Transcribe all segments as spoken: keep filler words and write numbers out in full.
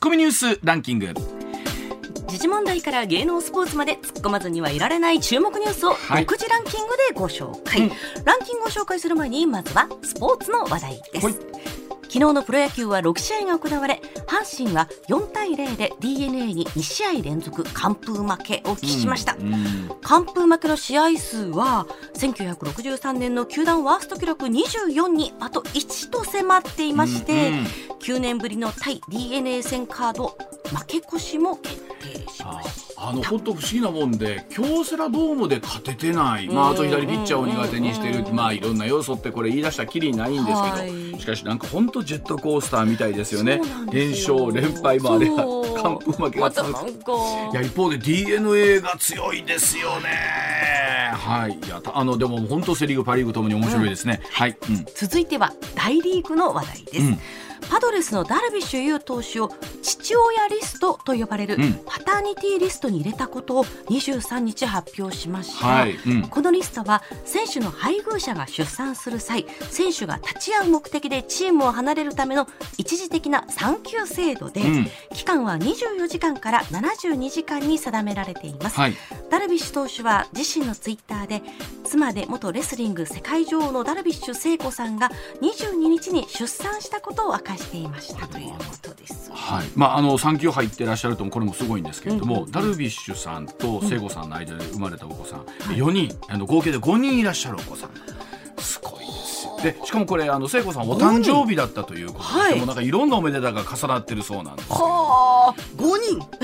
コミニュースランキング。 時事問題から芸能スポーツまで突っ込まずにはいられない注目ニュースを独自ランキングでご紹介、はい、うん、ランキングを紹介する前にまずはスポーツの話題です、はい。昨日のプロ野球はろくしあいが行われ、阪神はよんたいゼロで ディーエヌエー ににしあい連続完封負けを喫しました、うんうん、完封負けの試合数はせんきゅうひゃくろくじゅうさんねんの球団ワースト記録にじゅうよんにあといちと迫っていまして、うんうん、きゅうねんぶりの対 ディーエヌエー 戦カード負け越しも決定しました。 あの本当不思議なもんで、京セラドームで勝ててない、まあ、あと左ピッチャーを苦手にしている、まあ、いろんな要素ってこれ言い出したらきりないんですけど、はい、しかしなんか本当ジェットコースターみたいですよね。連勝連敗もあれば完封負けが続く、ま、いや一方で ディーエヌエー が強いですよね。はい、いやあのでも本当セリーグパリーグともに面白いですね、うん、はい、うん、続いては大リーグの話題です、うん。パドレスのダルビッシュ有投手を父親リストと呼ばれるパターニティリストに入れたことをにじゅうさんにち発表しました、はい、うん、このリストは選手の配偶者が出産する際、選手が立ち会う目的でチームを離れるための一時的な産休制度で、うん、期間はにじゅうよじかんからななじゅうにじかんに定められています、はい、ダルビッシュ投手は自身のツイッターで、妻で元レスリング世界女王のダルビッシュ聖子さんがにじゅうににちに出産したことを明かしていましたということです、 はい、まあ、あの産休入ってらっしゃるともこれもすごいんですけれども、うんうんうん、ダルビッシュさんと聖子さんの間で生まれたお子さん、うん、よにん、あの合計でごにんいらっしゃるお子さん、すごいですよ。でしかもこれあの聖子さんお誕生日だったということで、はい、でもなんかいろんなおめでたが重なってるそうなんですけど、 はあ、ごにん、はい、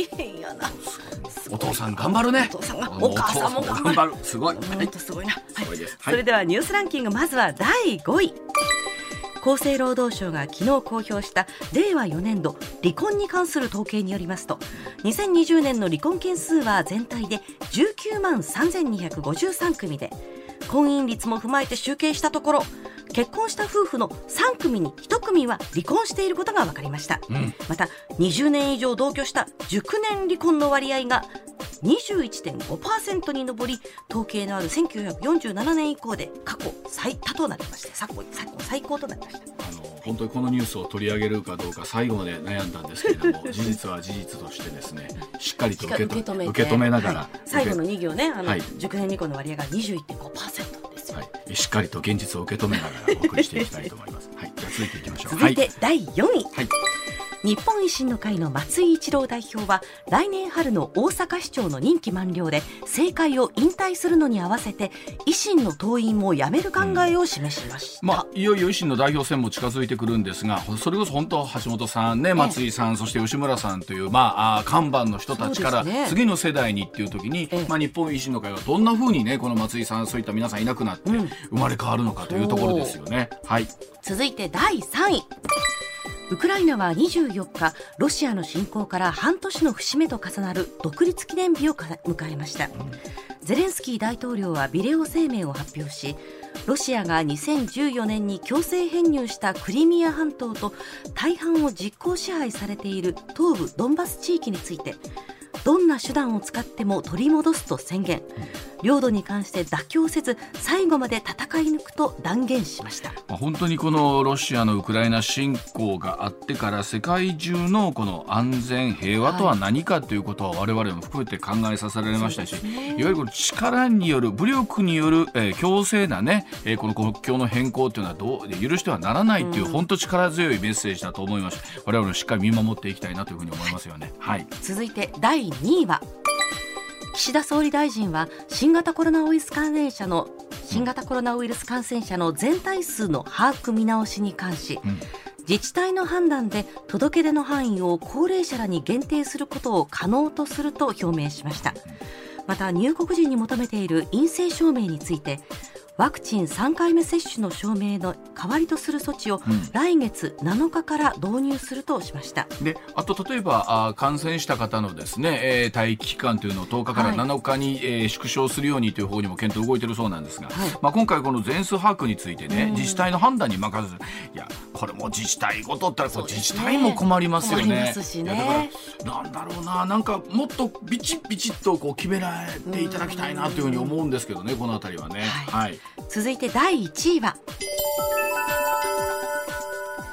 大変やな。 お父さん頑張るね。 お父さんが、お母さんも頑張る。 すごい。 本当すごいな。 すごいです。 それではニュースランキング、まずはだいごい。厚生労働省が昨日公表したれいわよねんど離婚に関する統計によりますと、にせんにじゅうねんの離婚件数は全体でじゅうきゅうまんさんぜんにひゃくごじゅうさんくみで、婚姻率も踏まえて集計したところ、結婚した夫婦のさんくみにいちくみは離婚していることが分かりました、うん、またにじゅうねん以上同居した熟年離婚の割合が にじゅういってんごパーセント に上り、統計のあるせんきゅうひゃくよんじゅうななねん以降で過去最多となりまして、過去最高となりました。 あの本当にこのニュースを取り上げるかどうか最後まで悩んだんですけれども事実は事実としてですね、しっかりと受けと、受け止めながら、はい、 最後のに行ね、あの、はい、熟年離婚の割合が にじゅういってんごパーセント ですよ、はい、 しっかりと現実を受け止めながらお送りしていきたいと思います、はい、じゃあ続いていきましょう。 続いてだいよんい、はい、日本維新の会の松井一郎代表は来年春の大阪市長の任期満了で政界を引退するのに合わせて維新の党員も辞める考えを示しました、 うん、まあ、いよいよ維新の代表選も近づいてくるんですが、それこそ本当橋本さん、ね、松井さん、そして吉村さんという、まあ、あ看板の人たちから次の世代にっていう時に、まあ、日本維新の会がどんな風にね、この松井さん、そういった皆さんいなくなって生まれ変わるのかというところですよね、うん、はい。 続いてだいさんい。ウクライナはにじゅうよっか、ロシアの侵攻から半年の節目と重なる独立記念日を迎えました、うん、ゼレンスキー大統領はビデオ声明を発表し、ロシアがにせんじゅうよねんに強制編入したクリミア半島と大半を実効支配されている東部ドンバス地域について、どんな手段を使っても取り戻すと宣言、領土に関して妥協せず最後まで戦い抜くと断言しました。 本当にこのロシアのウクライナ侵攻があってから世界中のこの安全平和とは何かということは我々も含めて考えさせられましたし、ね、いわゆるこの力による武力による、えー、強制なね、えー、この国境の変更というのはどう許してはならないという、うん、本当力強いメッセージだと思います。我々もしっかり見守っていきたいなというふうに思いますよね、はい、 続いてだいにいは、岸田総理大臣は新型コロナウイルス感染者の新型コロナウイルス感染者の全体数の把握見直しに関し、うん、自治体の判断で届け出の範囲を高齢者らに限定することを可能とすると表明しました。また入国時に求めている陰性証明について、ワクチンさんかいめ接種の証明の代わりとする措置を来月なのかから導入するとしました、 うん、であと例えばあ感染した方のですね、えー、待機期間というのをとおかからなのかに、はい、えー、縮小するようにという方にも検討動いているそうなんですが、はい、まあ、今回この全数把握についてね、自治体の判断に任せず、いやこれも自治体ごとったら、ね、自治体も困りますよね。 困りますしね。 いやだからなんだろうな、なんかもっとビチッビチッとこう決められていただきたいなというふうに思うんですけどね、このあたりはね、はいはい、 続いてだいいちいは、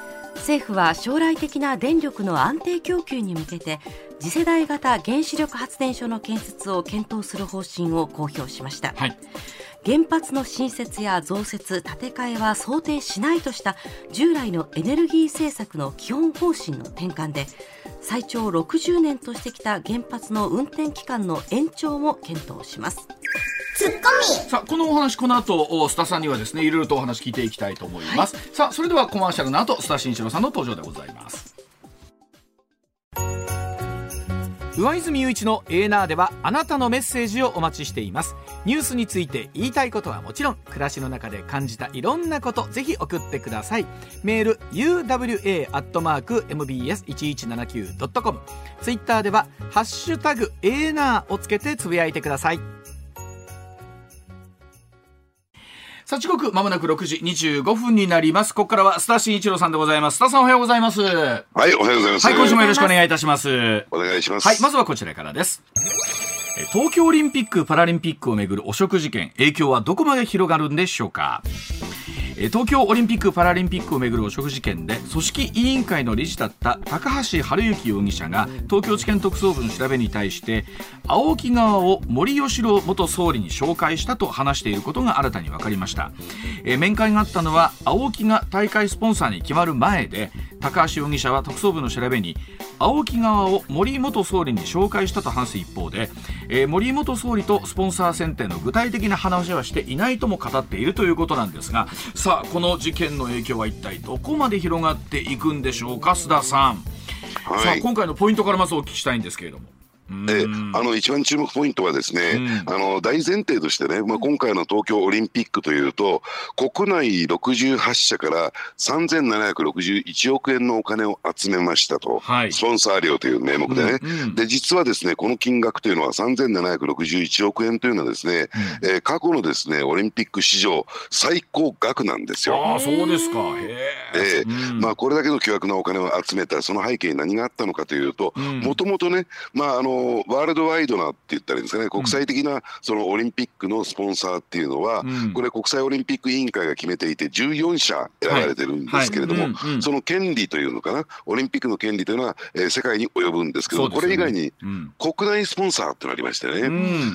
政府は将来的な電力の安定供給に向けて次世代型原子力発電所の建設を検討する方針を公表しました、はい、原発の新設や増設建て替えは想定しないとした従来のエネルギー政策の基本方針の転換で最長ろくじゅうねんとしてきた原発の運転期間の延長も検討します。 ツッコミ。さあ、このお話この後須田さんにはですねいろいろとお話聞いていきたいと思います、はい、さあそれではコマーシャルの後須田慎一郎さんの登場でございます。 上泉雄一のエーナーではあなたのメッセージをお待ちしています。ニュースについて言いたいことはもちろん暮らしの中で感じたいろんなことぜひ送ってください。メール ユーダブリューエー アットマーク エムビーエスいちいちななきゅう ドットコム、 ツイッターではハッシュタグエーナーをつけてつぶやいてください。 さあ時刻まもなくろくじにじゅうごふんになります。ここからは須田慎一郎さんでございます。須田さんおはようございます。 はい、おはようございます。 はい、今週もよろしくお願いいたします。 お願いします。 はい、まずはこちらからです。東京オリンピック・パラリンピックをめぐる汚職事件、影響はどこまで広がるんでしょうか。東京オリンピック・パラリンピックをめぐる汚職事件で組織委員会の理事だった高橋治之容疑者が東京地検特捜部の調べに対して AOKI 側を森喜朗元総理に紹介したと話していることが新たに分かりました。えー、面会があったのは AOKI が大会スポンサーに決まる前で、高橋容疑者は特捜部の調べに AOKI 側を森元総理に紹介したと話す一方で、えー、森元総理とスポンサー選定の具体的な話はしていないとも語っているということなんですが、さあこの事件の影響は一体どこまで広がっていくんでしょうか。須田さん、はい、さあ今回のポイントからまずお聞きしたいんですけれども。 えあの一番注目ポイントはですね、うん、あの大前提としてね、まあ、今回の東京オリンピックというと国内ろくじゅうはちしゃからさんぜんななひゃくろくじゅういちおくえんのお金を集めましたと、はい、スポンサー料という名目でね、うんうん、で実はですねこの金額というのはさんぜんななひゃくろくじゅういちおくえんというのはですね、うんえー、過去のですねオリンピック史上最高額なんですよ。 あ、そうですか。へえーうんまあ、これだけの巨額なお金を集めたその背景に何があったのかというと、もともとね、まああのワールドワイドなって言ったらいいんですかね、国際的なそのオリンピックのスポンサーっていうのは、うん、これ国際オリンピック委員会が決めていてじゅうよんしゃ選ばれてるんですけれども、その権利というのかな、オリンピックの権利というのは、えー、世界に及ぶんですけど、これ以外に国内スポンサーってなりましてね、うん、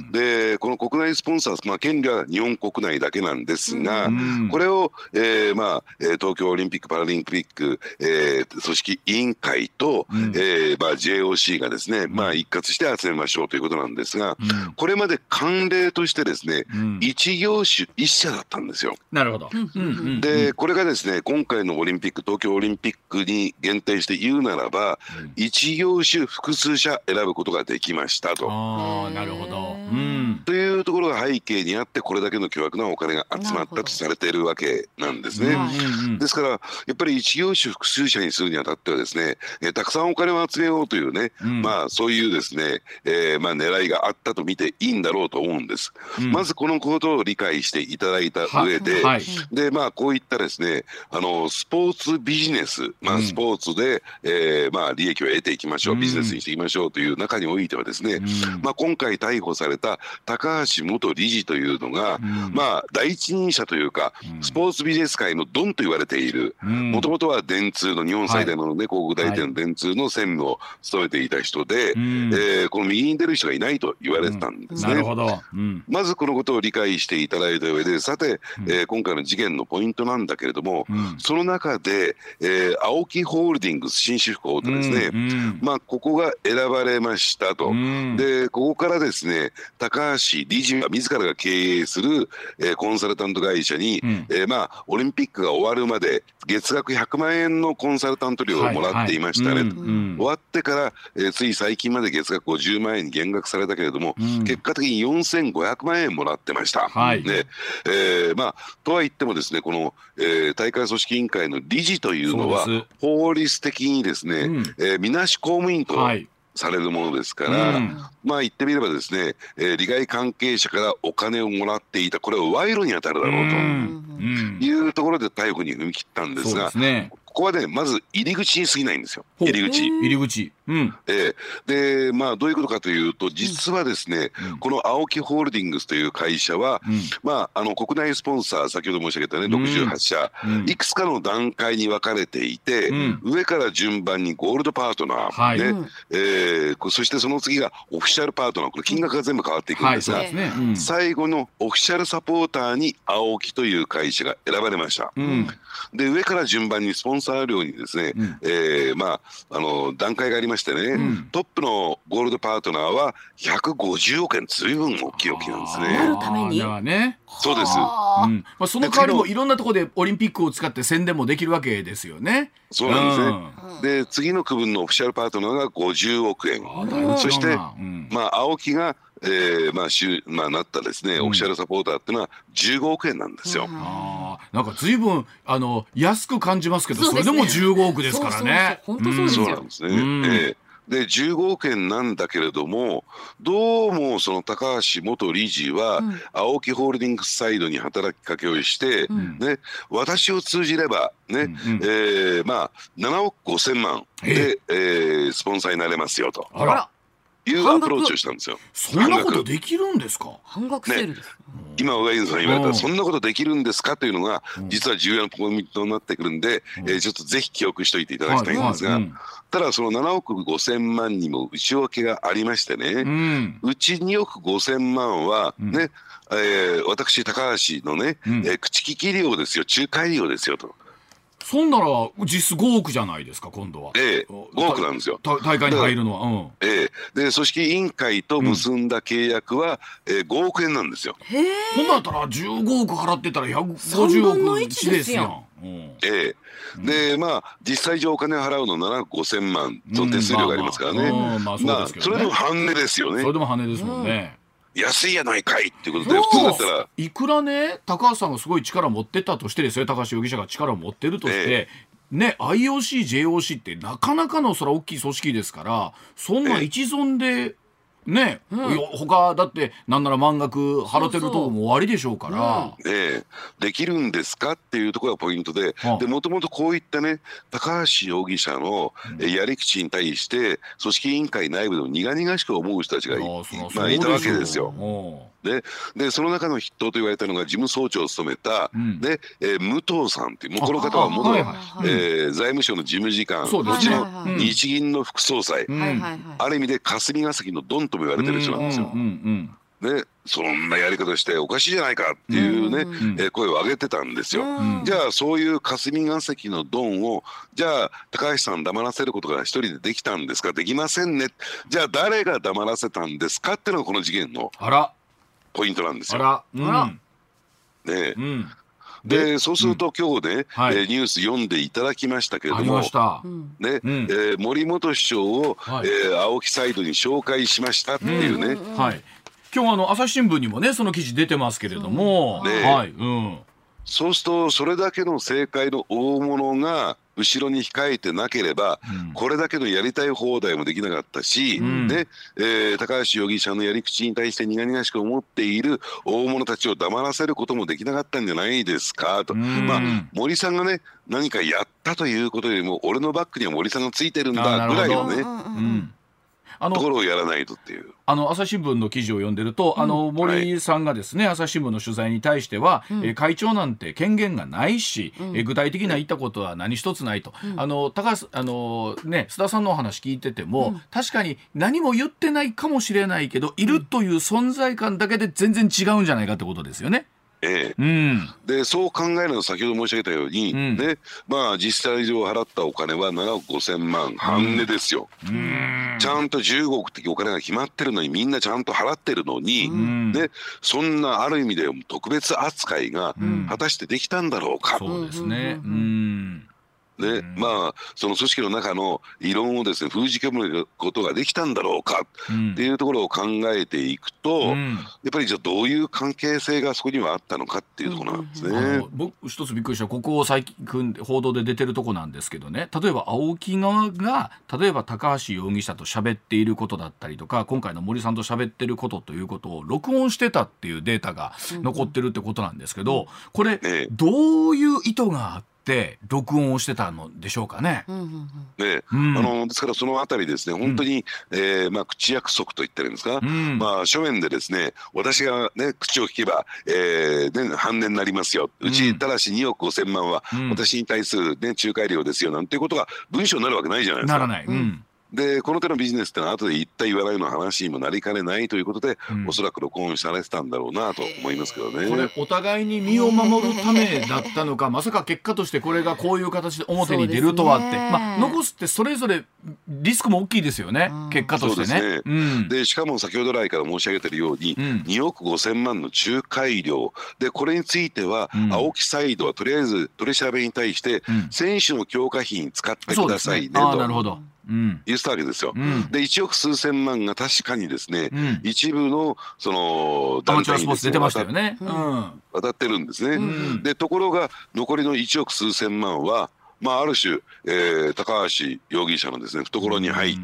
でこの国内スポンサー、まあ、権利は日本国内だけなんですが、うん、これを、えーまあ、東京オリンピック・パラリンピック、えー、組織委員会と、うんえーまあ、ジェイオーシー がですね、まあ、一括して集めましょうということなんですが、うん、これまで慣例としてですね、うん、一業種一社だったんですよ。 なるほど。 でこれがですね今回のオリンピック東京オリンピックに限定して言うならば、うん、一業種複数社選ぶことができましたと。 あ、なるほど、うん、 というところが背景にあってこれだけの巨額なお金が集まったとされているわけなんですね。ですからやっぱり一業種複数社にするにあたってはですね、えたくさんお金を集めようというね、うん、まあそういうですね、えー、まあ狙いがあったと見ていいんだろうと思うんです、うん、まずこのことを理解していただいた上で、はい、でまあこういったですねあのスポーツビジネス、まあ、スポーツで、うんえーまあ、利益を得ていきましょう、ビジネスにしていきましょうという中においてはですね、うんまあ、今回逮捕された高橋元理事というのが、うんまあ、第一人者というか、うん、スポーツビジネス界のドンと言われている、もともとは電通の日本最大の、ねはい、広告代理店の電通の専務を務めていた人で、うんえー、この右に出る人がいないと言われてたんですね、うん、なるほど、うん、まずこのことを理解していただいた上でさて、うんえー、今回の事件のポイントなんだけれども、うん、その中で、えー、AOKIホールディングス紳士服大手ですね、うんうんまあ、ここが選ばれましたと、うん、でここからですね高橋理事が自らが経営する、えー、コンサルタント会社に、うんえーまあ、オリンピックが終わるまで月額ひゃくまんえんのコンサルタント料をもらっていましたね、はいはいうん、終わってから、えー、つい最近まで月額ごじゅうまんえんに減額されたけれども、うん、結果的によんせんごひゃくまんえんもらってました、はいねえーまあ、とは言ってもですねこの、えー、大会組織委員会の理事というのは法律的にですね、うんえー、みなし公務員と、はいされるものですから、うん、まあ言ってみればですね、えー、利害関係者からお金をもらっていたこれは賄賂に当たるだろうというところで逮捕に踏み切ったんですが、うんね、 ここはねまず入り口に過ぎないんですよ。入り口入り口、うんえー、でまあどういうことかというと、実はですね、うん、この青木ホールディングスという会社は、うん、まああの国内スポンサー先ほど申し上げたねろくじゅうはちしゃ、うん、いくつかの段階に分かれていて、うん、上から順番にゴールドパートナー、はい、ねうんえー、そしてその次がオフィシャルパートナー、これ金額が全部変わっていくんですが、はいねうん、最後のオフィシャルサポーターに青木という会社が選ばれました。うん、で上から順番にスポンサー料にですね、うんえー、まああの段階がありましてね、うん、トップのゴールドパートナーはひゃくごじゅうおくえん、ずいぶん大きい大きいなんですね。 なるために、 ね、 そうです、 うんまあ、その代わりもいろんなところでオリンピックを使って宣伝もできるわけですよね。 そうなんですね、うん、で次の区分のオフィシャルパートナーがごじゅうおくえん、そして、うんまあ、青木がえーまあしゅまあ、なったですね、うん、オフィシャルサポーターっていうのはじゅうごおくえんなんですよ。 あなんか随分あの安く感じますけど、 そ, ね、それでもじゅうごおくですからね。 本当そうですよ。 そうなんですね、うんえーでじゅうごおくえんなんだけれども、どうもその高橋元理事は、うん、青木ホールディングスサイドに働きかけをして、うんね、私を通じれば、ねうんうんえーまあ、ななおくごせんまんで、えー、スポンサーになれますよと。あらいうアプローチをしたんですよ。 そんなことできるんですか。 半額セールです、ね、 今上泉さん言われたらそんなことできるんですかというのが実は重要なポイントになってくるんで、うんえー、ちょっとぜひ記憶しておいていただきたいんですが、はいはいうん、ただそのななおくごせんまんにも内訳がありましてね、うん、うちにおくごせんまんはね、うんえー、私高橋のね、うんえー、口利き料ですよ、仲介料ですよと。 そんなら実質ごおくじゃないですか今度は。 ええ、ごおくなんですよ。 大会に入るのは、うんええ、で組織委員会と結んだ契約は、うんえー、ごおくえんなんですよ。 へえ。 ほんだったらじゅうごおく払ってたらひゃくごじゅうおくですよ。うん、 ええでまあ実際上お金を払うのななおくごせんまんと手数料がありますからね、まあそれでも半値ですよね。 それでも半値ですもんね、 うん、安いやないかいっていうことで、普通だったらいくらね高橋さんがすごい力を持ってったとしてですよ、高橋容疑者が力を持ってるとして、ええね、アイオーシー、ジェイオーシー ってなかなかのそれ大きい組織ですから、そんな一存でね、うん、他だってなんなら満額払ってるとこも終わりでしょうから、 そうそう、ね、できるんですかっていうところがポイントで、もともとこういったね高橋容疑者のやり口に対して組織委員会内部でも苦々しく思う人たちが い,、まあ、いたわけですよ。で, でその中の筆頭と言われたのが事務総長を務めた、うん、でえー、武藤さんという、もうこの方は元、はいはいえー、財務省の事務次官、後の日銀の副総裁、うん、ある意味で霞が関のドンとも言われてる人なんですよ。うんうんうんね、そんなやり方しておかしいじゃないかっていうね、うんうんえー、声を上げてたんですよ。うん、じゃあそういう霞が関のドンをじゃあ高橋さん黙らせることが一人でできたんですか、できませんね。じゃあ誰が黙らせたんですかっていうのがこの事件のポイントなんですよ。 あら、うん、 ね、うん、でそうすると今日ね、うんはい、えー、ニュース読んでいただきましたけれども、ね、うん、えー、森元首相を、はい、えー、青木サイドに紹介しましたっていうね、 うんうん、はい、今日あの朝日新聞にもねその記事出てますけれども、ね、はい、うん、 そうするとそれだけの政界の大物が後ろに控えてなければ、うん、これだけのやりたい放題もできなかったし、うんねえー、高橋容疑者のやり口に対して苦々しく思っている大物たちを黙らせることもできなかったんじゃないですかと、うん、まあ、森さんがね何かやったということよりも俺のバックには森さんがついてるんだぐらいのね、うん、あのところをやらないとっていう。 あの朝日新聞の記事を読んでると、うん、あの森さんがですね、はい、朝日新聞の取材に対しては、うん、え会長なんて権限がないし、うん、え具体的な言ったことは何一つないと、うん、あの高橋あの、ね、須田さんのお話聞いてても、うん、確かに何も言ってないかもしれないけど、いるという存在感だけで全然違うんじゃないかってことですよね。 ええうん、でそう考えるのは先ほど申し上げたように、うんね、まあ、実際上払ったお金はななおくごせんまん、半値ですよ、うん、ちゃんとじゅうごおくってお金が決まってるのにみんなちゃんと払ってるのに、うんね、そんなある意味で特別扱いが果たしてできたんだろうか、 うん、そうですね、うんね、うん、まあその組織の中の異論をですね封じ込めることができたんだろうかっていうところを考えていくと、うん、やっぱりじゃあどういう関係性がそこにはあったのかっていうところなんですね。うん、あの僕一つびっくりした、ここ最近報道で出てるとこなんですけどね、例えば青木側が例えば高橋容疑者と喋っていることだったりとか、今回の森さんと喋ってることということを録音してたっていうデータが残ってるってことなんですけど、これどういう意図があってって録音をしてたのでしょうかね。 うんうんうんねうん、あのですからそのあたりですね本当に、うんえーまあ、口約束と言ってるんですか、うんまあ、書面でですね私が、ね、口を聞けば、えーね、半値になりますよ、うちただしにおくごせんまんは私に対する、ね、仲介料ですよなんていうことが文章になるわけないじゃないですか。 ならない、うんでこの手のビジネスってのは後で言った言わないの話にもなりかねないということで、うん、おそらく録音されてたんだろうなと思いますけどね。 これお互いに身を守るためだったのかまさか結果としてこれがこういう形で表に出るとはって、まあ、残すってそれぞれリスクも大きいですよね、うん、結果としてね。 そうですね、うん、でしかも先ほど来から申し上げているように、うん、におくごせんまんの仲介料でこれについては、うん、青木サイドはとりあえず取り調べに対して、うん、選手の強化費に使ってくださいねと。 なるほどうん、 言ってたわけですよ、うん、でいちおくすうせんまんが確かにですね、うん、一部のその団体にですね渡ってるんですね、うん、でところが残りのいちおくすうせんまんはまあ、ある種、えー、高橋容疑者のですね懐に入って、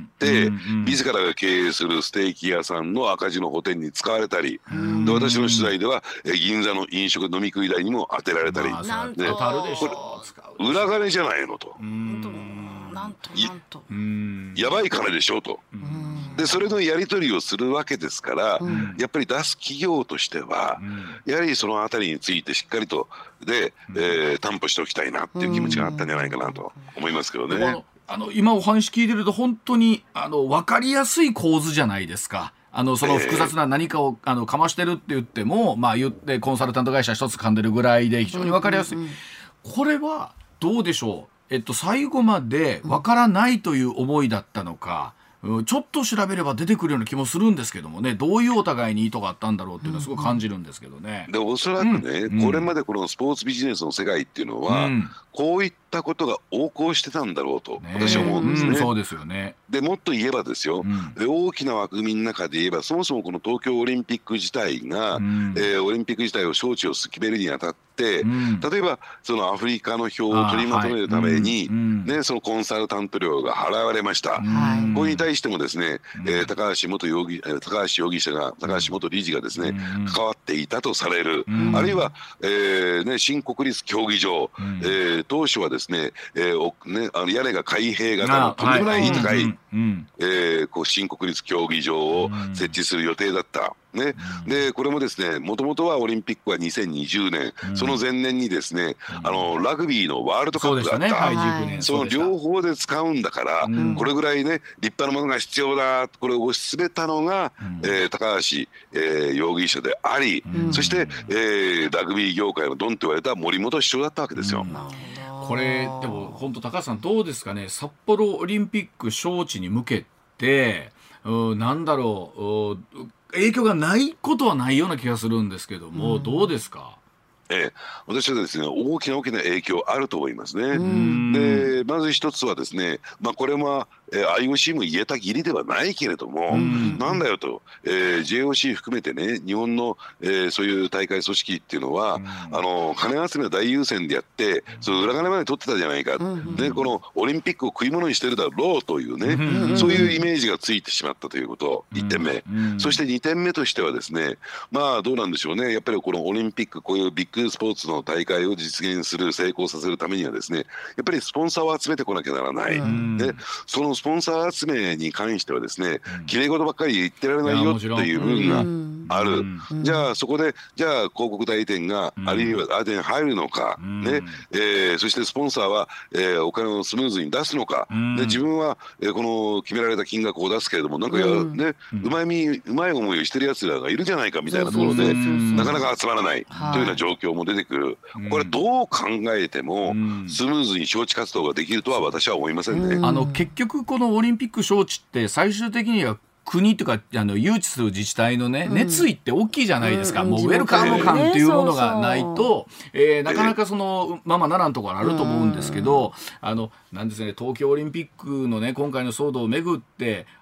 うんうん、自らが経営するステーキ屋さんの赤字の補填に使われたり、うん、で私の取材では、えー、銀座の飲食飲み食い代にも当てられたり、まあ、 で裏金じゃないのと。 なんとなんとやばい金でしょと。でそれのやり取りをするわけですから、うん、やっぱり出す企業としては、うん、やはりそのあたりについてしっかりとで、うんえー、担保しておきたいなっていう気持ちがあったんじゃないかなと思いますけどね。 あのあの今お話聞いてると本当にあの分かりやすい構図じゃないですか。あのその複雑な何かを、えー、あのかましてるって言っても、まあ、言ってコンサルタント会社一つ噛んでるぐらいで非常に分かりやすい、うんうんうん、これはどうでしょう。えっと、最後まで分からないという思いだったのか、うん、ちょっと調べれば出てくるような気もするんですけどもね、どういうお互いに意図があったんだろうっていうのはすごい感じるんですけどね。 でおそらくね、うん、これまでこのスポーツビジネスの世界っていうのは、うん、こういったことが横行してたんだろうと私は思うんですね。 うん、そうですよね。 でもっと言えばですよ、うん、で大きな枠組みの中で言えばそもそもこの東京オリンピック自体が、うんえー、オリンピック自体を招致を決めるにあたって、うん、例えばそのアフリカの票を取りまとめるために、はいうんね、そのコンサルタント料が払われました、はい、これに対してもですね、うんえー、高橋元容疑高橋容疑者が高橋元理事がですね、うん、関わっていたとされる、うん、あるいは、えーね、新国立競技場、うんえー、当初はですね、えーね、あの屋根が開閉型のとんでもない高い、はいうんえー、こう新国立競技場を設置する予定だった。ね、でこれもですねもともとはオリンピックはにせんにじゅうねん、うん、その前年にですね、うん、あのラグビーのワールドカップがあった、そ, ねはい、その両方で使うんだから、うん、これぐらいね立派なものが必要だこれを推し進めたのが、うんえー、高橋、えー、容疑者であり、うん、そして、えー、ラグビー業界のドンと言われた森本市長だったわけですよ。うんこれでも本当高橋さんどうですかね。札幌オリンピック招致に向けてうなんだろう影響がないことはないような気がするんですけども、うん、どうですか。 ええ、私はですね大きな大きな影響あると思いますね。でまず一つはですね、まあ、これは、えー、アイオーシー も言えた義理ではないけれどもなんだよと、えー、ジェイオーシー 含めてね日本の、えー、そういう大会組織っていうのはあの金集めを大優先でやってその裏金まで取ってたじゃないか、でこのオリンピックを食い物にしてるだろうというねそういうイメージがついてしまったということいってんめ、そしてにてんめとしてはですねまあどうなんでしょうね。やっぱりこのオリンピックこういうビッグスポーツの大会を実現する成功させるためにはですねやっぱりスポンサーを集めてこなきゃならない、でそのスポンサー集めに関してはですねきれい事ばっかり言ってられないよっていう部分がある。じゃあそこでじゃあ広告代理店があるいはあれに入るのか、ねえー、そしてスポンサーは、えー、お金をスムーズに出すのか、で自分は、えー、この決められた金額を出すけれどもなんかや、ね、うまいみうまい思いをしてるやつらがいるじゃないかみたいなところでなかなか集まらないというような状況も出てくる。これどう考えてもスムーズに招致活動ができるとは私は思いませんね。 あの結局このオリンピック招致って最終的には国とかあの誘致する自治体の、ねうん、熱意って大きいじゃないですか、うん、もうウェルカム感っていうものがないと、えー、なかなかそのままならんところあると思うんですけど、あのなんですね、東京オリンピックの、ね、今回の騒動をめぐって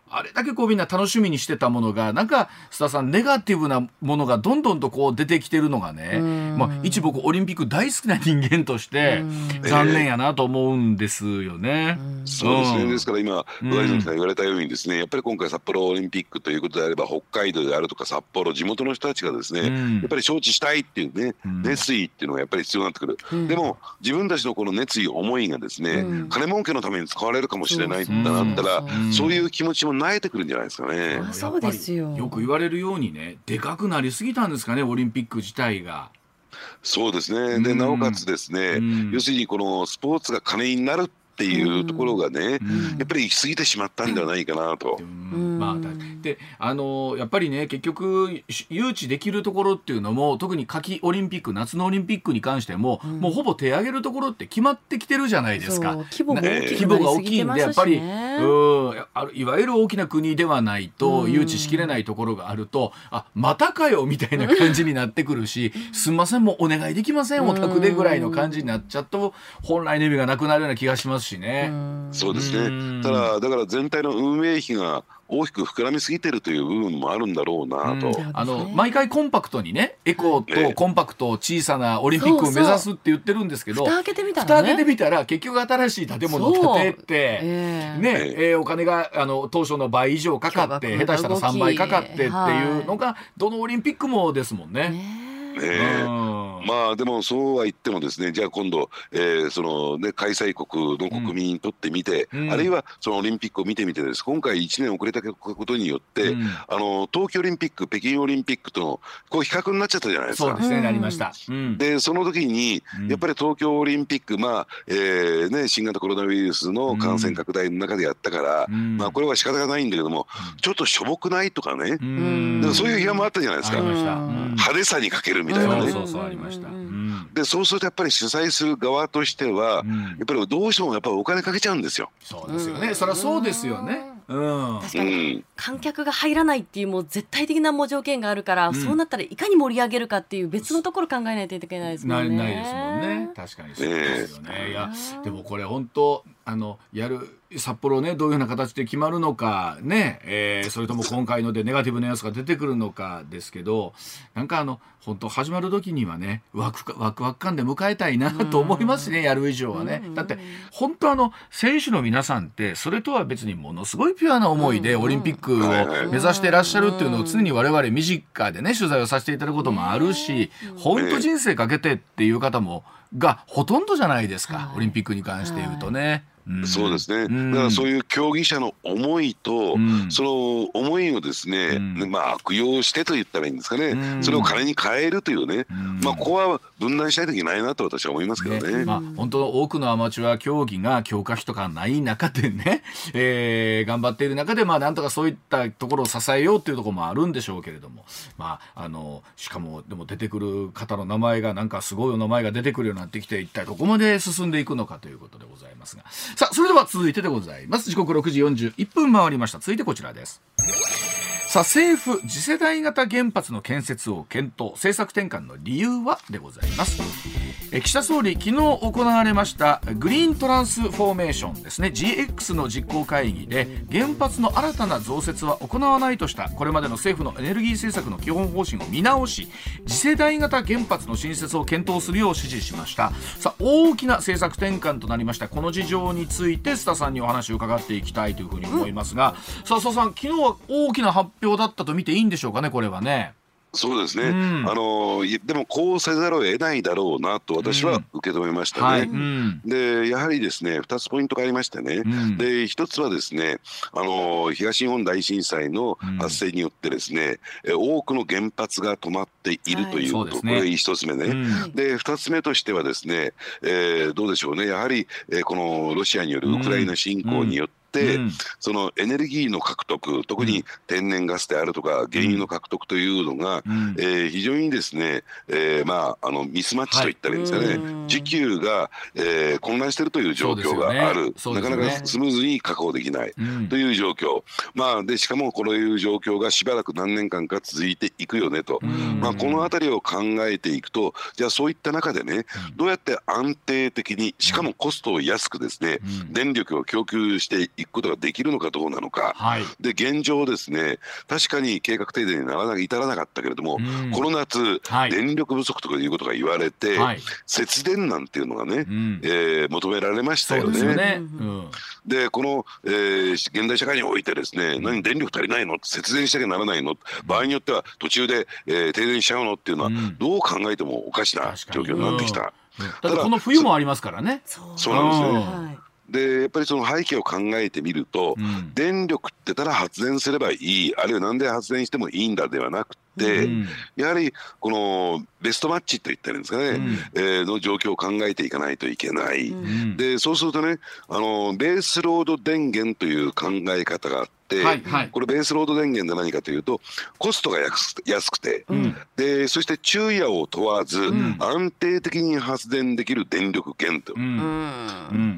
あれだけこうみんな楽しみにしてたものがなんか須田さんネガティブなものがどんどんとこう出てきてるのがね、まあ、一僕オリンピック大好きな人間として残念やなと思うんですよね。 そうですね。ですから今上泉さんが言われたようにですね、やっぱり今回札幌オリンピックということであれば北海道であるとか札幌地元の人たちがですね、やっぱり招致したいっていうね熱意っていうのがやっぱり必要になってくる。でも自分たちのこの熱意思いがですね金儲けのために使われるかもしれないってなったらそういう気持ちも慣れてくるんじゃないですかね。 そうですよ。 よく言われるようにね、でかくなりすぎたんですかね、オリンピック自体が。 そうですね。でなおかつですね、要するにこのスポーツが金になるっていうところがね、やっぱり行き過ぎてしまったんではないかなと。 まあ、であのやっぱりね結局誘致できるところっていうのも特に夏季オリンピック夏のオリンピックに関しても、うん、もうほぼ手挙げるところって決まってきてるじゃないですか。 規模が大きいんでやっぱりうんいわゆる大きな国ではないと誘致しきれないところがあると、あまたかよみたいな感じになってくるしすんませんもうお願いできませんお宅でぐらいの感じになっちゃうと本来の意味がなくなるような気がしますしね。 そうですね。ただだから全体の運営費が大きく膨らみすぎてるという部分もあるんだろうなと、うん、 あの毎回コンパクトにねエコとコンパクト小さなオリンピックを目指すって言ってるんですけど、 蓋開けてみたらね、 蓋開けてみたら結局新しい建物を建てて、えーねえー、お金があの当初の倍以上かかって下手したらさんばいかかってっていうのがどのオリンピックもですもんね。ねねまあでもそうは言ってもですね、じゃあ今度、えーそのね、開催国の国民にとってみて、うん、あるいはそのオリンピックを見てみてです、今回いちねん遅れたことによって、うん、あの冬季オリンピック北京オリンピックとのこう比較になっちゃったじゃないですか。 そうですね、なりました、うん、 でその時にやっぱり東京オリンピック、まあえーね、新型コロナウイルスの感染拡大の中でやったから、うんまあ、これは仕方がないんだけども、うん、ちょっとしょぼくないとかね、うん、だからそういう批判もあったじゃないですか。派手さに欠けるみたいなね。 そうそうありました。 でそうするとやっぱり主催する側としては、うん、やっぱりどうしてもやっぱりお金かけちゃうんですよ。 そうですよね、うん、そりゃそうですよね、うん、 確かに観客が入らないっていうもう絶対的なもう条件があるから、うん、そうなったらいかに盛り上げるかっていう別のところ考えないといけないですもんね。 ないですもんね。確かにそうですよね、えー、いやでもこれ本当あのやる札幌ねどういうような形で決まるのかね、えー、それとも今回のでネガティブなやつが出てくるのかですけど、なんかあの本当始まる時にはねワクワクワク感で迎えたいなと思いますね、やる以上はね。だって本当あの選手の皆さんってそれとは別にものすごいピュアな思いでオリンピックを目指していらっしゃるっていうのを常に我々身近でね取材をさせていただくこともあるし、本当人生かけてっていう方もがほとんどじゃないですか、オリンピックに関して言うとね。 うん、そうですね、うん、だからそういう競技者の思いと、うん、その思いをですね、うん、まあ悪用してと言ったらいいんですかね、うん、それを金に変えるというね、うん、まあここは分断しないといけないなと私は思いますけどね。 ね、まあ、本当多くのアマチュア競技が強化費とかない中でね、えー、頑張っている中でまあなんとかそういったところを支えようというところもあるんでしょうけれども、まああのしかもでも出てくる方の名前がなんかすごいお名前が出てくるようになってきて一体どこまで進んでいくのかということでございますが、さあそれでは続いてでございます。時刻ろくじよんじゅういっぷん回りました。続いてこちらです。さあ政府次世代型原発の建設を検討、政策転換の理由はでございます。え岸田総理昨日行われましたグリーントランスフォーメーションですね ジーエックス の実行会議で原発の新たな増設は行わないとしたこれまでの政府のエネルギー政策の基本方針を見直し次世代型原発の新設を検討するよう指示しました。さあ大きな政策転換となりましたこの事情について須田さんにお話を伺っていきたいというふうに思いますが、うん、さあ須田さん昨日は大きな発表だったと見ていいんでしょうかねこれはね。 そうですね、うん、あのでもこうせざるを得ないだろうなと私は受け止めましたね、うんはいうん、でやはりですねふたつポイントがありましてね、うん、でひとつはですねあの東日本大震災の発生によってですね、うん、多くの原発が止まっているということ、はい、これひとつめね、うん、でふたつめとしてはですね、えー、どうでしょうねやはり、えー、このロシアによるウクライナ侵攻によって、うんうん、そのエネルギーの獲得特に天然ガスであるとか原油の獲得というのが、うんえー、非常にですね、えーまあ、あのミスマッチといったらいいんですかね、はい、需給が、えー、混乱しているという状況がある、ねね、なかなかスムーズに確保できないという状況、うんまあ、でしかもこういう状況がしばらく何年間か続いていくよねと、うんまあ、このあたりを考えていくとじゃあそういった中でねどうやって安定的にしかもコストを安くですね、うん、電力を供給していくくことができるのかどうなのか、 はい、 で現状ですね、確かに計画停電にならな至らなかったけれども、うん、この夏、はい、電力不足とかいうことが言われて、はい、節電なんていうのがね、うん、えー、求められましたよね。 そうですよね、うん、 でこの、えー、現代社会においてですね、何電力足りないの、節電しなきゃならないの、場合によっては途中で、えー、停電しちゃうのっていうのは、うん、どう考えてもおかしな状況になってきた。 うん、だってこの冬もありますからね。 そうなんですね、はい、でやっぱりその背景を考えてみると、うん、電力ってただ発電すればいい、あるいは何で発電してもいいんだではなくて、うん、やはりこのベストマッチといったらいいんですかね、うん、えー、の状況を考えていかないといけない、うん、でそうするとね、あのベースロード電源という考え方があって、はいはい、これベースロード電源で何かというと、コストが安くて、うん、でそして昼夜を問わず、うん、安定的に発電できる電力源と、うんうん、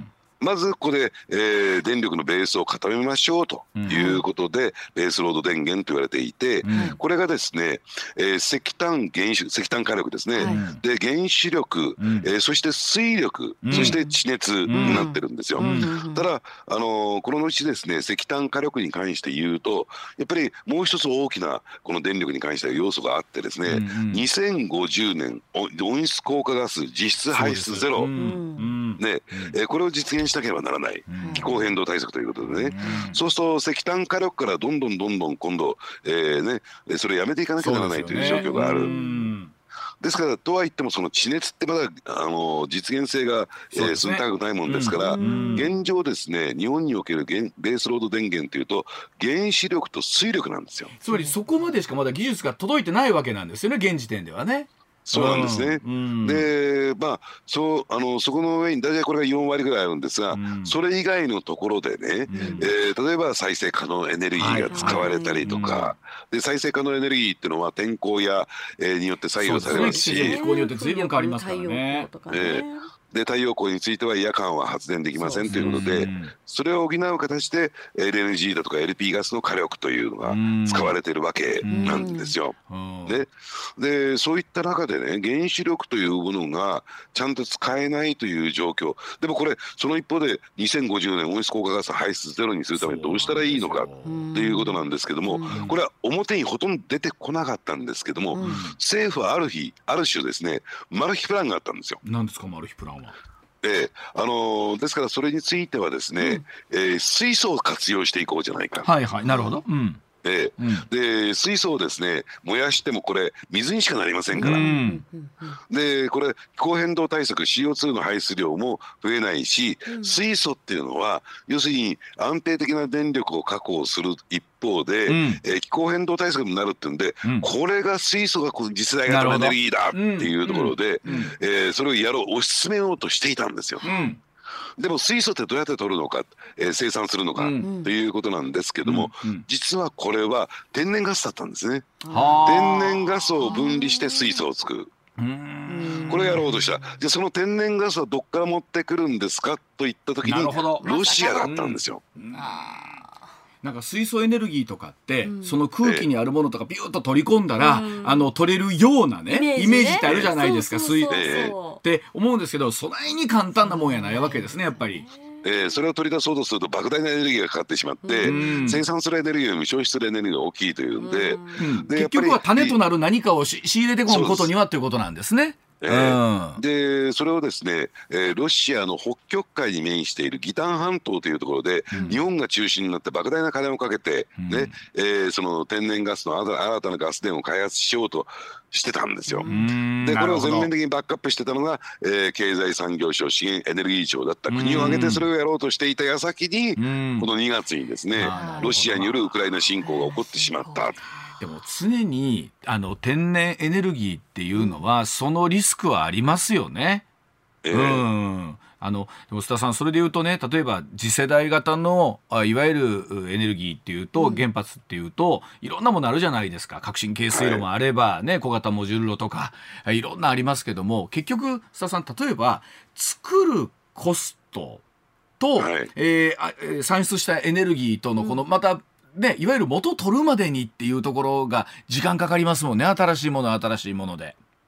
まずここで、えー、電力のベースを固めましょうということで、うん、ベースロード電源と言われていて、うん、これがですね、えー、石炭原子石炭火力ですね、はい、で原子力、うん、えー、そして水力、うん、そして地熱になってるんですよ、うん、ただ、あのー、このうちですね、石炭火力に関して言うとやっぱりもう一つ大きなこの電力に関しては要素があってですね、うんうん、にせんごじゅうねん温室効果ガス実質排出ゼロ、ね、えー、これを実現しなければならない、うん、気候変動対策ということでね、うん、そうすると石炭火力からどんどんどんどん今度、えーね、それをやめていかなきゃならないという状況がある。ですからとは言ってもその地熱ってまだあの実現性が、えー、そんな高くないもんですから、うん、現状ですね、日本におけるベースロード電源というと原子力と水力なんですよ。 つまりそこまでしかまだ技術が届いてないわけなんですよね、現時点ではね。 そうなんですね、うん、でまあそうあのそこの上に大体これがよんわりぐらいあるんですが、うん、それ以外のところでね、うん、えー、例えば再生可能エネルギーが使われたりとか、はいはい、で再生可能エネルギーっていうのは天候や、えー、によって左右されますし、 気候によって随分変わりますからね。 で太陽光については夜間は発電できませんということで、それを補う形で エルエヌジー だとか エルピー ガスの火力というのが使われているわけなんですよ。で, でそういった中でね、原子力というものがちゃんと使えないという状況でも、これその一方でにせんごじゅうねん温室効果ガス排出ゼロにするためにどうしたらいいのかということなんですけども、これは表にほとんど出てこなかったんですけども、政府はある日ある種ですね、マル秘プランがあったんですよ。 何ですかマル秘プランは。 えーあのー、ですからそれについてはですね、うん、えー、水素を活用していこうじゃないか。 はいはい、なるほど、うん、 えーうん、で水素をですね燃やしてもこれ水にしかなりませんから、うん、でこれ気候変動対策 シーオーツー の排出量も増えないし、うん、水素っていうのは要するに安定的な電力を確保する一方で、うん、えー、気候変動対策になるっていうんで、うん、これが水素が次世代型のエネルギーだっていうところで、うんうん、えー、それをやろう推し進めようとしていたんですよ。うん、でも水素ってどうやって取るのか、えー、生産するのか、うん、ということなんですけども、うんうん、実はこれは天然ガスだったんですね。天然ガスを分離して水素を作る。これをやろうとした。じゃあその天然ガスはどっから持ってくるんですかといった時にロシアだったんですよ。うん、 なんか水素エネルギーとかって、うん、その空気にあるものとかビューッと取り込んだら、うん、あの取れるようなねイメージ、ね、イメージってあるじゃないですか、水って思うんですけど、そないに簡単なもんやないわけですね、やっぱり。 えー、それを取り出そうとすると莫大なエネルギーがかかってしまって、うん、生産するエネルギーよりも消費するエネルギーが大きいというんで、うん、で結局は種となる何かを仕入れてこんことにはということなんですね。 えーうん、でそれをですね、えー、ロシアの北極海に面しているギタン半島というところで、うん、日本が中心になって莫大な金をかけて、ね、うん、えー、その天然ガスの新たなガス田を開発しようとしてたんですよ。でこれを全面的にバックアップしてたのが、えー、経済産業省資源エネルギー庁だった。国を挙げてそれをやろうとしていた矢先にこのにがつにですね、ロシアによるウクライナ侵攻が起こってしまった。 でも常にあの天然エネルギーっていうのはそのリスクはありますよね。えー、うんあのでも須田さん、それでいうとね、例えば次世代型のあいわゆるエネルギーっていうと、うん、原発っていうといろんなものあるじゃないですか。革新軽水炉もあれば、ね、小型モジュール炉とかいろんなありますけども、結局須田さん、例えば作るコストと、はい、えー、産出したエネルギーとのこのまた、うんね、いわゆる元取るまでにっていうところが時間かかりますもんね。新しいもの新しいもので、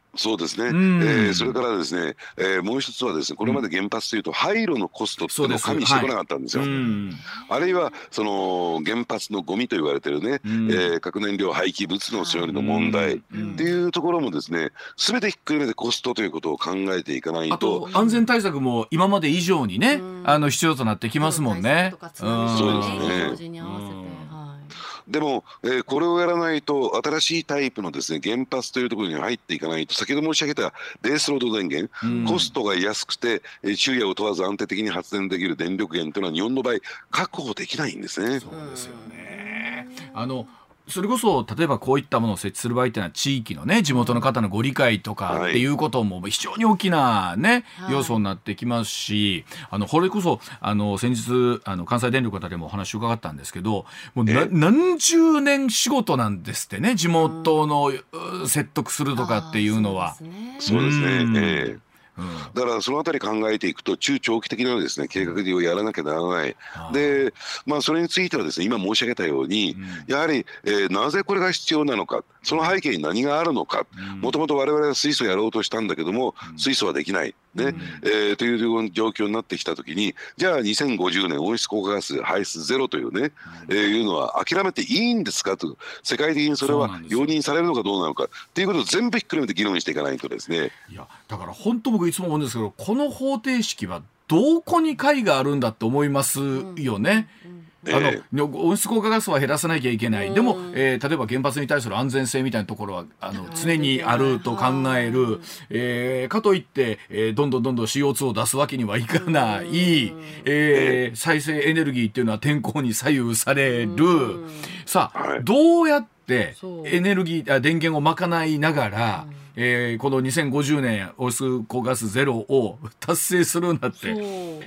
そうですね、えー、それからですね、えー、もう一つはですね、これまで原発というと廃炉のコストっていうのを加味してこなかったんですよ。はい、あるいはその原発のゴミと言われてるね、えー、核燃料廃棄物の処理の問題っていうところもですね、全てひっくるめてコストということを考えていかないと。 あと安全対策も今まで以上にね、あの必要となってきますもんね。 そうですね。でも、えー、これをやらないと新しいタイプのですね原発というところに入っていかないと、先ほど申し上げたベースロード電源、うん、コストが安くて、えー、昼夜を問わず安定的に発電できる電力源というのは日本の場合確保できないんですね。 そうですよね。あのそれこそ例えばこういったものを設置する場合っていうのは地域のね地元の方のご理解とかっていうことも非常に大きなね、はい、要素になってきますし、あのこれこそあの先日あの関西電力の方でもお話を伺ったんですけど、もうな何十年仕事なんですってね、地元の説得するとかっていうのは。 そうですね、えーだからそのあたり考えていくと中長期的なですね計画をやらなきゃならない。で、まあそれについてはですね今申し上げたように、やはり、えー、なぜこれが必要なのか、その背景に何があるのか。もともと我々は水素やろうとしたんだけども水素はできないね、えー、という状況になってきたときに、じゃあにせんごじゅうねん温室効果ガス排出ゼロというね、えー、いうのは諦めていいんですかと、世界的にそれは容認されるのかどうなのかっていうことを全部ひっくるめて議論していかないとですね。 いやだから本当僕いつも思うんですけど、この方程式はどこに解があるんだって思いますよね。あの温室効果ガスは減らさなきゃいけない、でも、えー、例えば原発に対する安全性みたいなところはあの常にあると考える、えー、かといって、えー、どんどんどんどん シーオーツー を出すわけにはいかない、えー、再生エネルギーっていうのは天候に左右される。さあどうやってエネルギーあ電源を賄いながら、えー、このにせんごじゅうねん温室効果ガスゼロを達成するんだって、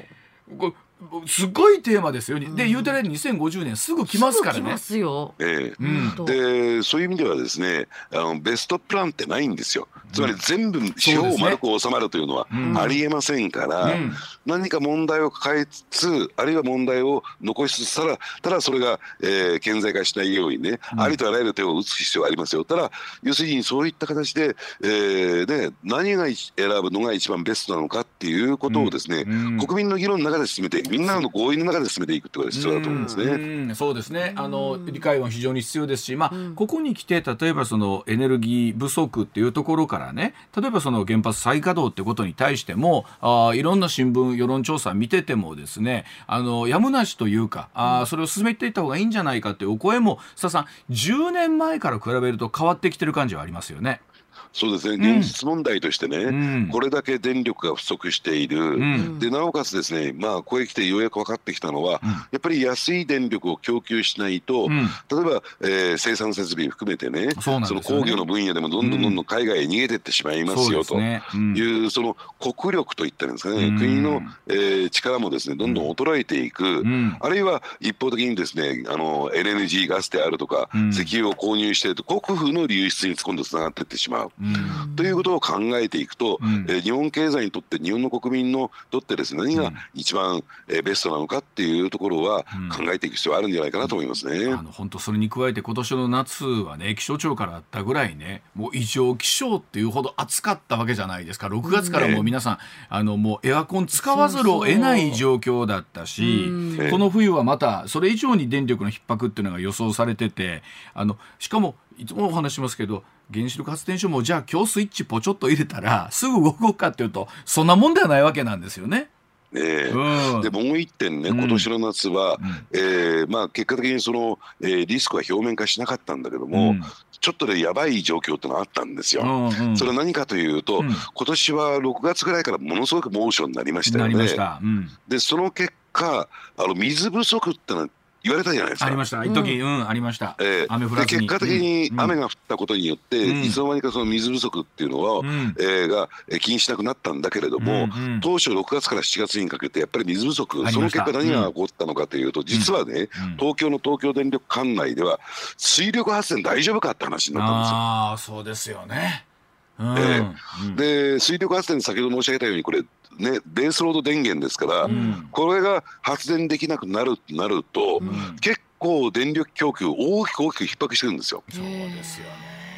これすごいテーマですよ、うん、で言うてるようににせんごじゅうねんすぐ来ますからね。すぐ来ますよ、 えーうん、でそういう意味ではですねあのベストプランってないんですよ。つまり全部四方丸く収まるというのはありえませんから、うん、何か問題を抱えつつあるいは問題を残しつつただただそれが、えー、顕在化しないようにね、うん、ありとあらゆる手を打つ必要がありますよ。ただ要するにそういった形で、えー、ね、何が選ぶのが一番ベストなのかっていうことをですね、うん、国民の議論の中で進めてみんなの合意の中で進めていくってことが必要だと思いますね。 うんうん、そうですね、あの理解は非常に必要ですし、まあ、うん、ここに来て例えばそのエネルギー不足っていうところからね、例えばその原発再稼働ってことに対してもあいろんな新聞世論調査見ててもですね、あのやむなしというかあそれを進めていった方がいいんじゃないかっていうお声も須田さんじゅうねんまえから比べると変わってきてる感じはありますよね。 そうですね、現実問題としてね、うん、これだけ電力が不足している、うん、でなおかつですね、まあ、ここへ来てようやく分かってきたのは、うん、やっぱり安い電力を供給しないと、うん、例えば、えー、生産設備含めてね、その工業の分野でもどんどんどんどん海外へ逃げていってしまいますよ、うん、という、その国力といったんですかね、うん、国の、えー、力もですねどんどん衰えていく、うん、あるいは一方的にですねあの エルエヌジー ガスであるとか、うん、石油を購入していると国富の流出に今度つながっていってしまう。うん、ということを考えていくと、うんえー、日本経済にとって日本の国民のとってですね何が一番、うんえー、ベストなのかっていうところは考えていく必要があるんじゃないかなと思いますね。 うん、あの本当それに加えて今年の夏はね気象庁からあったぐらいねもう異常気象っていうほど暑かったわけじゃないですか。ろくがつからもう皆さん、ね、あのもうエアコン使わざるを得ない状況だったし、そうそうこの冬はまたそれ以上に電力の逼迫っていうのが予想されてて、あのしかもいつもお話しますけど原子力発電所もじゃあ今日スイッチポチョッと入れたらすぐ動くかっていうとそんなもんではないわけなんですよね。 ねうん、でもう一点ね、今年の夏は、うんえーまあ、結果的にその、えー、リスクは表面化しなかったんだけども、うん、ちょっとでやばい状況ってのがあったんですよ。うんうん、それは何かというと、うん、今年はろくがつぐらいからものすごく猛暑になりましたよね。なりました、うん、でその結果あの水不足ってのは言われたじゃないですか。 ありました一時、うんうん、ありました、 えー、雨降らずにで結果的に雨が降ったことによって、うん、いつの間にかその水不足っていうのは、うんえー、が気にしなくなったんだけれども、うんうん、当初ろくがつからしちがつにかけてやっぱり水不足その結果何が起こったのかというと、うん、実はね、うん、東京の東京電力管内では水力発電大丈夫かって話になったんですよ。 ああそうですよね。うんえー、で水力発電先ほど申し上げたようにこれね、ベースロード電源ですから、うん、これが発電できなくなるとなると、うん、結構電力供給大きく大きく逼迫してるんですよ。 そうですよね。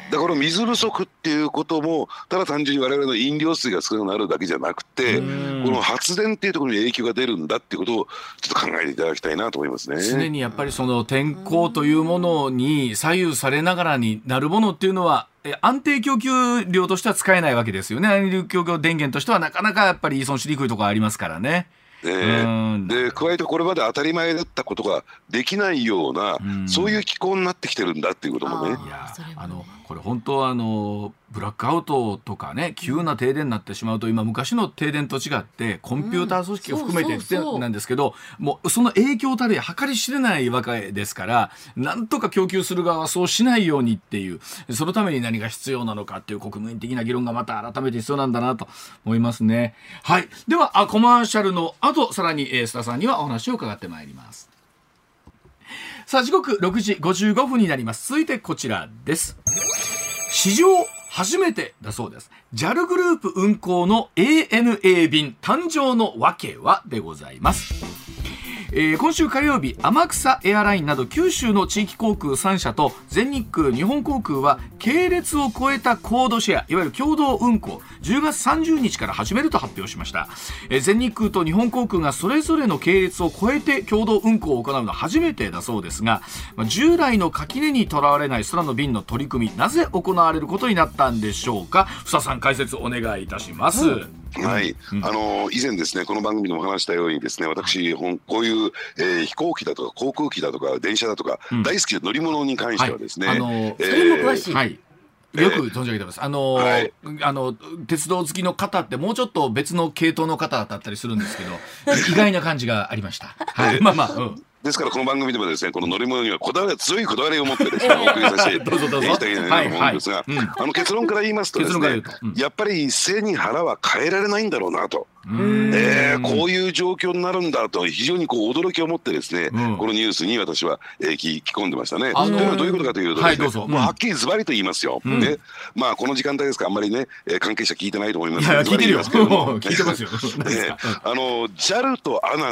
だから水不足っていうこともただ単純に我々の飲料水が少なくなるだけじゃなくて、この発電っていうところに影響が出るんだっていうことをちょっと考えていただきたいなと思いますね。 常にやっぱりその天候というものに左右されながらになるものっていうのは安定供給量としては使えないわけですよね。安定供給電源としてはなかなかやっぱり依存しにくいところありますからね。 ね、で加えてこれまで当たり前だったことができないような、うん、そういう気候になってきてるんだっていうこともね。 いやあのこれ本当はあのブラックアウトとかね急な停電になってしまうと今昔の停電と違ってコンピューター組織を含めてってなんですけど、もうその影響たるや計り知れないわけですから、なんとか供給する側はそうしないようにっていう、そのために何が必要なのかっていう国民的な議論がまた改めて必要なんだなと思いますね。はい、ではあコマーシャルの後さらに、えー、須田さんにはお話を伺ってまいります。さあ時刻ろくじごじゅうごふんになります。続いてこちらです。史上初めてだそうです。 ジャル グループ運行の エーエヌエー 便誕生の訳はでございます。えー、今週火曜日、天草エアラインなど九州の地域航空さん社と全日空、日本航空は系列を超えたコードシェア、いわゆる共同運航じゅうがつさんじゅうにちから始めると発表しました。えー、全日空と日本航空がそれぞれの系列を超えて共同運航を行うのは初めてだそうですが、まあ、従来の垣根にとらわれない空の便の取り組み、なぜ行われることになったんでしょうか。須田さん解説お願いいたします。うんはい、うん、あの以前ですねこの番組でも話したようにですね、私こういう、えー、飛行機だとか航空機だとか電車だとか、うん、大好きな乗り物に関してはですね、 はい、あのー、それも詳しい、 はい、よく存じ上げてます。あのーはい、あの鉄道好きの方ってもうちょっと別の系統の方だったりするんですけど意外な感じがありました。はい、まあまあ、うんですからこの番組でもですねこの乗り物にはこだわり強いこだわりを持ってですねお送りさせていただきたいなと思うんですが、あの結論から言いますとですね、うん、やっぱり背に腹は変えられないんだろうなと。えー、こういう状況になるんだと非常にこう驚きを持ってですね、うん、このニュースに私は、えー、聞き込んでましたね。あのー、というのはどういうことかというとですね、はい、もうはっきりズバリと言いますよ、うんね、まあこの時間帯ですからあんまりね、えー、関係者聞いてないと思いますけど、 聞いてるよ聞いてますよね、あの ジャル とアナって、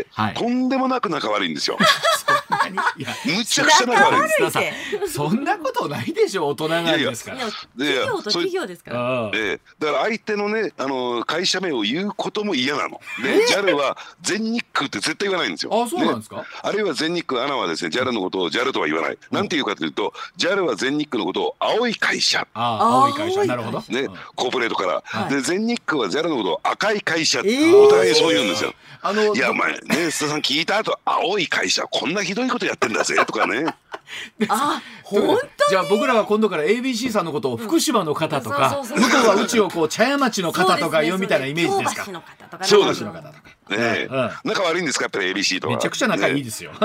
はい、とんでもなく仲悪いんですよ。むちゃくちゃ仲悪いんです。 そんなことないでしょ、大人なんですから。 企業と企業ですから。 えー、だから相手のねあの会社名を言うことも嫌なの。で ジャル は全日空って絶対言わないんですよ。 あ、そうなんですか。ね、 あるいは全日空アナはですね ジャル のことを ジャル とは言わない。なんていうかというと ジャル は全日空のことを青い会社。 あ、青い会社。なるほど。 ね、コーポレートから、はい、で全日空は ジャル のことを赤い会社、えー、お互いそう言うんですよ。あのいやまあね須田さん聞いた後青い会社こんなひどいことやってんだぜとかね。 あ、本当に。 じゃあ僕らは今度から エービーシー さんのことを福島の方とか、向こうはうちをこう茶屋町の方とか言うみたいなイメージですか。 そうです。ね、仲悪いんですかやっぱり エービーシー とは。 めちゃくちゃ仲いいですよ。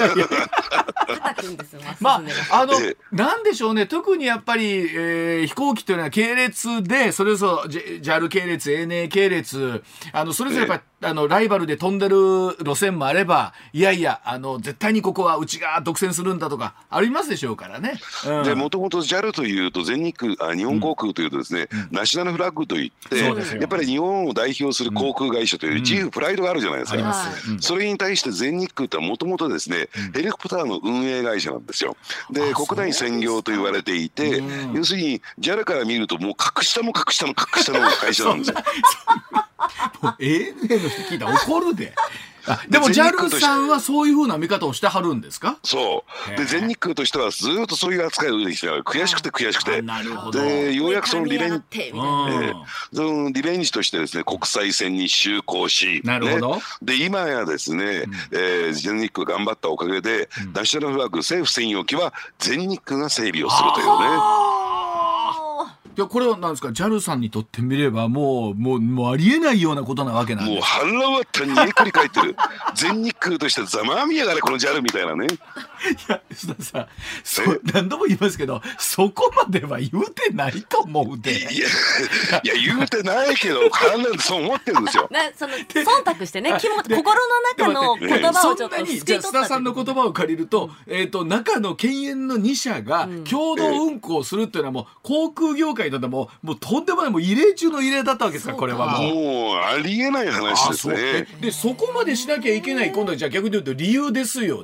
まああのなんでしょうね、特にやっぱり、えー、飛行機というのは系列でそれこそ ジャル 系列 エーエヌエー 系列あのそれぞれやっぱ、えー、あのライバルで飛んでる路線もあれば、いやいやあの絶対にここはうちが独占するんだとかありますでしょうからね。 うん、でもともと ジャル というと全日空あ日本航空というとですね、うん、ナショナルフラッグといって、うん、やっぱり日本を代表する航空会社という自由プライドがあるじゃないですか。うん、それに対して全日空ってもともとですね、うん、ヘリコプターの運営会社なんですよ。で国内専業と言われていて、うん、要するに ジャル から見るともう格下も格下の格下の会社なんですよ。 もう エーエヌエー の人聞いたら怒るで。あでも ジャル さんはそういう風な見方をしてはるんですか。 そうで全日空としてはずっとそういう扱いを受けてきたから悔しくて悔しくて、 なるほど。 でようやくそのリベンジ、えー、そのリベンジとしてですね国際線に就航し、 なるほど、ね、 で今やですね、うんえー、全日空頑張ったおかげで、うん、ナショナルフラッグ政府専用機は全日空が整備をするというね。 いやこれはなんですか、 ジャル さんにとってみればもうもうもうありえないようなことなわけなんです。 もう腹割ったにえくり返ってる全日空としてざまあみやがれこの ジャル みたいなね。いや須田さんそ何度も言いますけどそこまでは言うてないと思うで。いやいや言うてないけど体でそう思ってるんですよ。 なその忖度してね気も心の中の言葉をちょっとじゃあ須田さんの言葉を借りると、えーと中の犬猿のに社が共同運航するっていうのはもう航空業界だともうもうとんでもないもう異例中の異例だったわけですか。これはもうもうありえない話ですね。 でそこまでしなきゃいけない今度はじゃあ逆に言うと理由ですよね。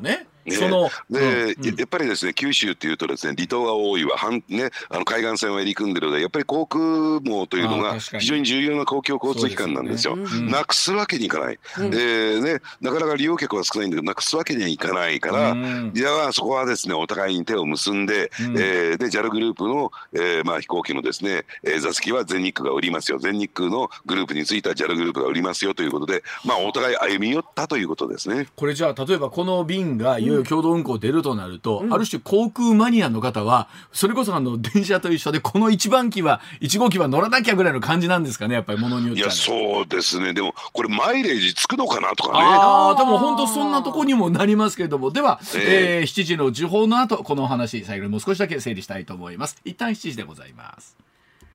ね、 そので、 うん、 やっぱりですね九州っていうとですね離島が多いわ、ね、あの海岸線を入り組んでるのでやっぱり航空網というのが非常に重要な公共交通機関なんですよ。 ですね、うん、 なくすわけにいかない、うん、でね、なかなか利用客は少ないんだけどなくすわけにはいかないから、うん、じゃあそこはですねお互いに手を結んで、うん、えー、で ジャル グループの、えーまあ、飛行機のですね、えー、座席は全日空が売りますよ、全日空のグループについては ジャル グループが売りますよということで、まあ、お互い歩み寄ったということですね。 これじゃあ例えばこの便がいよいよ共同運航出るとなると、うん、ある種航空マニアの方はそれこそあの電車と一緒でこのいちばん機はいち号機は乗らなきゃぐらいの感じなんですかね、やっぱりものによっては、ね、 いやそうですね。でもこれマイレージつくのかなとかね。 ああでも本当そんなとこにもなりますけれども、では、えーえー、しちじの時報の後このお話最後にもう少しだけ整理したいと思います。一旦しちじでございます。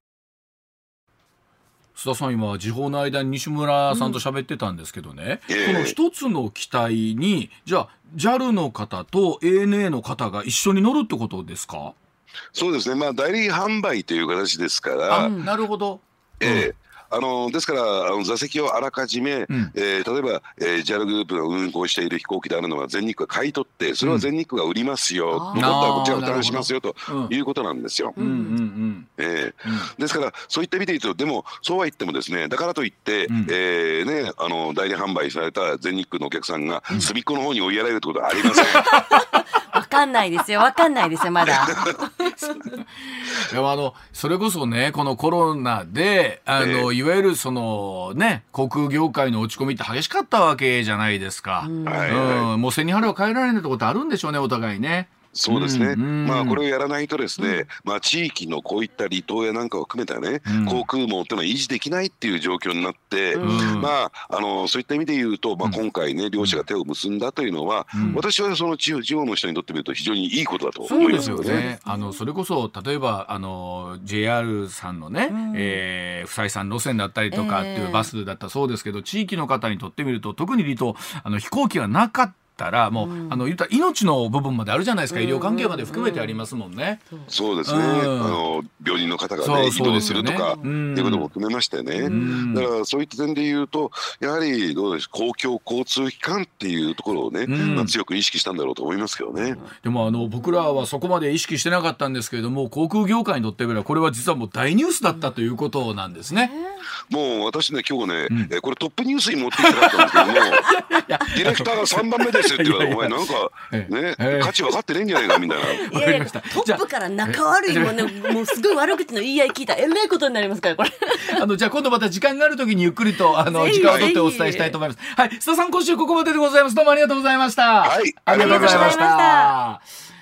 須田さん今時報の間に西村さんと喋ってたんですけどね、うん、この一つの機体にじゃあ ジャル の方と エーエヌエー の方が一緒に乗るってことですか？ そうですね、まあ代理販売という形ですから。 あ、なるほど、 ええ、あのですからあの座席をあらかじめ、うん、えー、例えば、えー、ジャル グループが運航している飛行機であるのは全日空が買い取ってそれは全日空が売りますよ、うん、残ったらこっちが負担しますよということなんですよ。ですからそういった意味で言うと、でもそうは言ってもですね、だからといって、うん、えーね、あの代理販売された全日空のお客さんが隅っこの方に追いやられるってことはありません。 わかんないですよ、わかんないですよまだ。 でもあのそれこそねこのコロナであの、えー、いわゆるそのね航空業界の落ち込みって激しかったわけじゃないですか。うん、うん、もう背に腹は変えられないところってあるんでしょうね、お互いね。 そうですね、うん、まあこれをやらないとですね、うん、まあ地域のこういった離島やなんかを含めたね、うん、航空網っていうのは維持できないっていう状況になって、うん、まああのそういった意味で言うと、まあ、今回ね両者が手を結んだというのは、うん、私はその地方の人にとってみると非常にいいことだと思いますよね。 そうですよね。あのそれこそ例えばあの ジェイアール さんのね、うん、えー、不採算路線だったりとかっていうバスだったそうですけど、えー、地域の方にとってみると特に離島あの飛行機がなかったたらもう、うん、あの言った命の部分まであるじゃないですか、医療関係まで含めてありますもんね。 うんうん、そうですね、うん、あの病人の方がね移動するとかっていうことも含めましてね、うん、だからそういった点で言うとやはりどうです公共交通機関っていうところをね、うん、まあ、強く意識したんだろうと思いますけどね。 でもあの僕らはそこまで意識してなかったんですけれども、航空業界にとってみればこれは実はもう大ニュースだったということなんですね。 もう私ね今日ね、うん、えこれトップニュースに持ってきたかったんですけどもディレクターがさんばんめですって言われて、お前なんかね、えー、価値分かってねえんじゃないかみたいな。 いやいやトップから仲悪いもんね、もうすごい悪口の言い合い聞いたらえらいことになりますからこれ。 あのじゃあ今度また時間がある時にゆっくりとあの時間を取ってお伝えしたいと思います。はい、須田さん今週ここまででございます。どうもありがとうございました。 はい、 ありがとうございました。